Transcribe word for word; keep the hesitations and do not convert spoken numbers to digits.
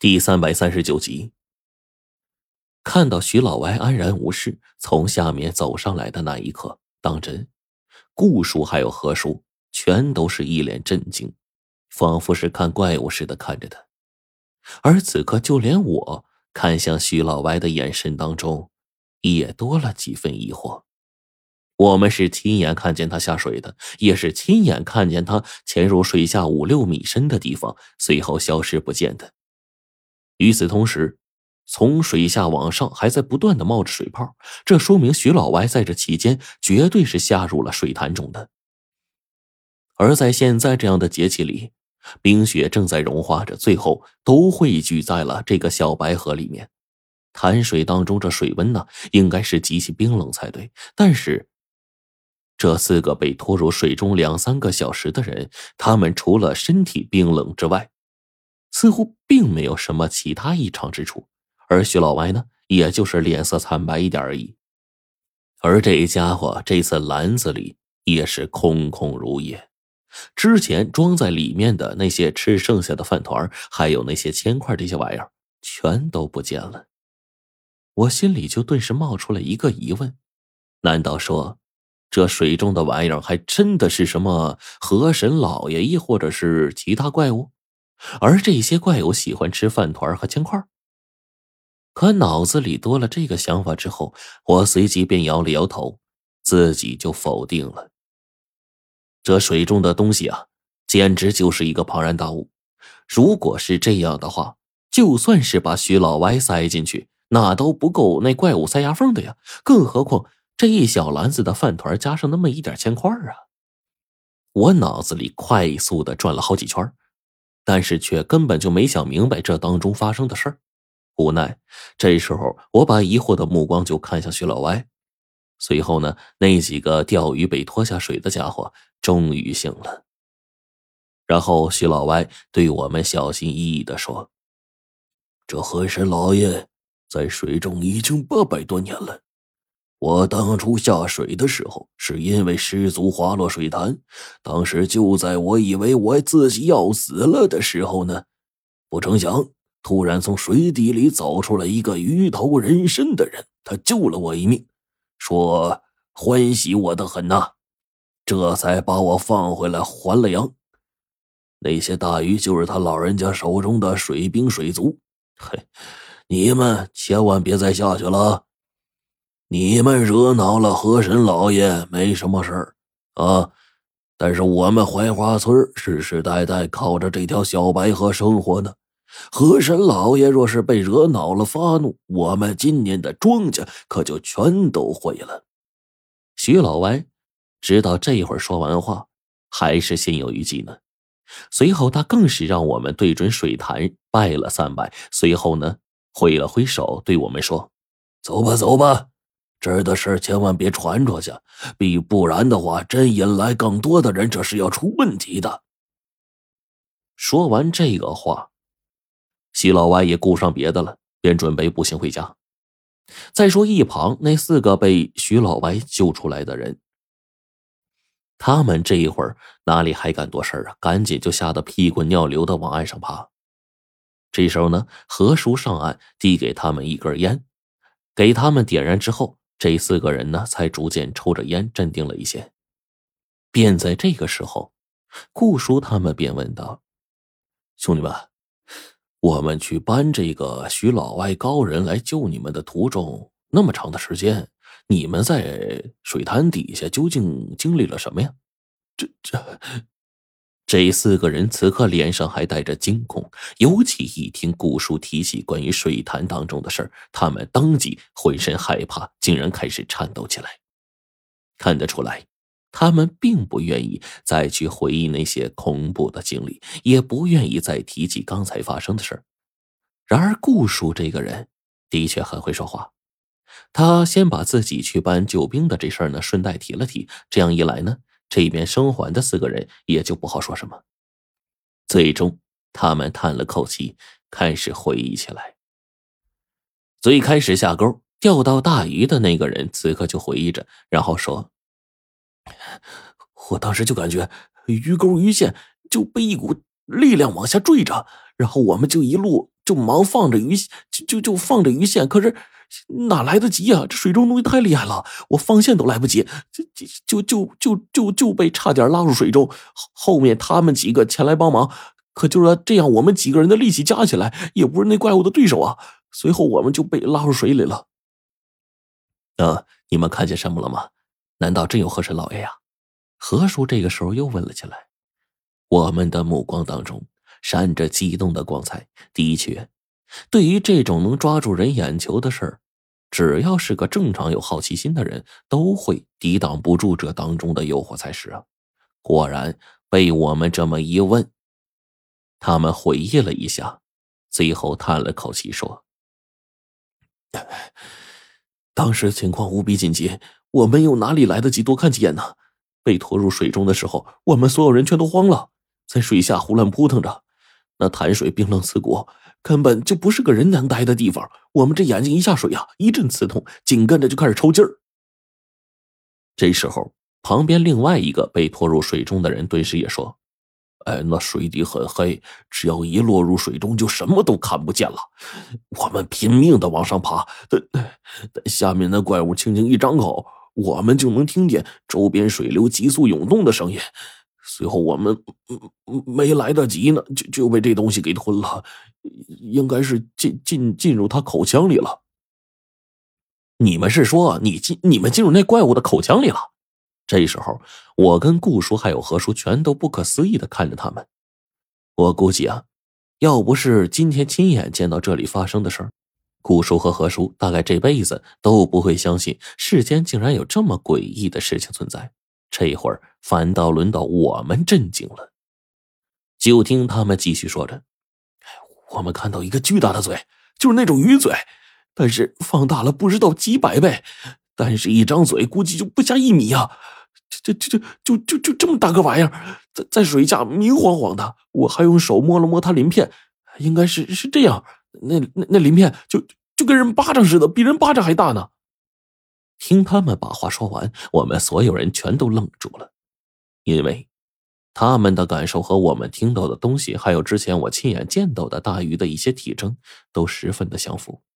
第三百三十九集。看到徐老歪安然无事从下面走上来的那一刻，当真顾叔还有何叔全都是一脸震惊，仿佛是看怪物似的看着他。而此刻就连我看向徐老歪的眼神当中也多了几分疑惑。我们是亲眼看见他下水的，也是亲眼看见他潜入水下五六米深的地方，随后消失不见的。与此同时，从水下往上还在不断的冒着水泡，这说明徐老歪在这期间绝对是下入了水潭中的。而在现在这样的节气里，冰雪正在融化着，最后都汇聚在了这个小白河里面。潭水当中这水温呢，应该是极其冰冷才对，但是这四个被拖入水中两三个小时的人，他们除了身体冰冷之外，似乎并没有什么其他异常之处，而徐老歪呢，也就是脸色惨白一点而已。而这家伙这次篮子里也是空空如也，之前装在里面的那些吃剩下的饭团，还有那些铅块这些玩意儿，全都不见了。我心里就顿时冒出了一个疑问，难道说这水中的玩意儿还真的是什么河神老爷亦或者是其他怪物？而这些怪物喜欢吃饭团和铅块？可脑子里多了这个想法之后，我随即便摇了摇头，自己就否定了。这水中的东西啊，简直就是一个庞然大物。如果是这样的话，就算是把徐老歪塞进去，那都不够那怪物塞牙缝的呀，更何况这一小篮子的饭团加上那么一点铅块啊！我脑子里快速的转了好几圈，但是却根本就没想明白这当中发生的事儿。无奈这时候我把疑惑的目光就看向徐老歪，随后呢，那几个钓鱼被拖下水的家伙终于醒了。然后徐老歪对我们小心翼翼地说，这河神老爷在水中已经八百多年了，我当初下水的时候是因为失足滑落水潭，当时就在我以为我自己要死了的时候呢，不成想突然从水底里走出了一个鱼头人身的人，他救了我一命，说欢喜我的很呐，这才把我放回来还了阳。那些大鱼就是他老人家手中的水兵水族，嘿，你们千万别再下去了，你们惹恼了河神老爷没什么事儿啊，但是我们槐花村世世代代靠着这条小白河生活呢，河神老爷若是被惹恼了发怒，我们今年的庄稼可就全都毁了。徐老歪直到这会儿说完话还是心有余悸呢，随后他更是让我们对准水潭拜了三拜，随后呢挥了挥手对我们说，走吧走吧，这儿的事千万别传出去，必不然的话真引来更多的人，这是要出问题的。说完这个话，徐老歪也顾上别的了，便准备步行回家。再说一旁那四个被徐老歪救出来的人，他们这一会儿哪里还敢多事啊，赶紧就吓得屁滚尿流的往岸上爬。这时候呢，何叔上岸递给他们一根烟，给他们点燃之后，这四个人呢才逐渐抽着烟镇定了一些。便在这个时候，顾叔他们便问道，兄弟们，我们去搬这个徐老歪高人来救你们的途中那么长的时间，你们在水潭底下究竟经历了什么呀？这这这四个人此刻脸上还带着惊恐，尤其一听顾叔提起关于水潭当中的事儿，他们当即浑身害怕，竟然开始颤抖起来。看得出来，他们并不愿意再去回忆那些恐怖的经历，也不愿意再提起刚才发生的事儿。然而顾叔这个人的确很会说话，他先把自己去搬救兵的这事儿呢顺带提了提，这样一来呢，这边生还的四个人也就不好说什么。最终他们叹了口气，开始回忆起来。最开始下钩钓到大鱼的那个人此刻就回忆着，然后说，我当时就感觉鱼钩鱼线就被一股力量往下坠着，然后我们就一路就忙放着鱼，就就就放着鱼线，可是哪来得及呀、啊？这水中东西太厉害了，我放线都来不及，就就就就就就被差点拉入水中。后面他们几个前来帮忙，可就是这样，我们几个人的力气加起来也不是那怪物的对手啊。随后我们就被拉入水里了。呃，你们看见什么了吗？难道真有河神老爷呀？何叔这个时候又问了起来。我们的目光当中闪着激动的光彩。的确，对于这种能抓住人眼球的事儿，只要是个正常有好奇心的人，都会抵挡不住这当中的诱惑才是啊。果然被我们这么一问，他们回忆了一下，最后叹了口气说：当时情况无比紧急，我们又哪里来得及多看几眼呢？被拖入水中的时候，我们所有人全都慌了，在水下胡乱扑腾着，那潭水冰冷刺骨，根本就不是个人能待的地方。我们这眼睛一下水啊，一阵刺痛，紧跟着就开始抽筋儿。这时候，旁边另外一个被拖入水中的人顿时也说：哎，那水底很黑，只要一落入水中就什么都看不见了。我们拼命的往上爬，等等下面的怪物轻轻一张口，我们就能听见周边水流急速涌动的声音。随后我们没来得及呢，就就被这东西给吞了，应该是进进进入他口腔里了。你们是说你进你们进入那怪物的口腔里了？这时候，我跟顾叔还有何叔全都不可思议的看着他们。我估计啊，要不是今天亲眼见到这里发生的事儿，顾叔和何叔大概这辈子都不会相信世间竟然有这么诡异的事情存在。这会儿反倒轮到我们震惊了。就听他们继续说着：我们看到一个巨大的嘴，就是那种鱼嘴，但是放大了不知道几百倍，但是一张嘴估计就不下一米啊！这这这就就就这么大个玩意儿，在在水下明晃晃的，我还用手摸了摸它鳞片，应该是是这样，那那那鳞片就就跟人巴掌似的，比人巴掌还大呢。听他们把话说完，我们所有人全都愣住了，因为他们的感受和我们听到的东西，还有之前我亲眼见到的大鱼的一些体征，都十分的相符。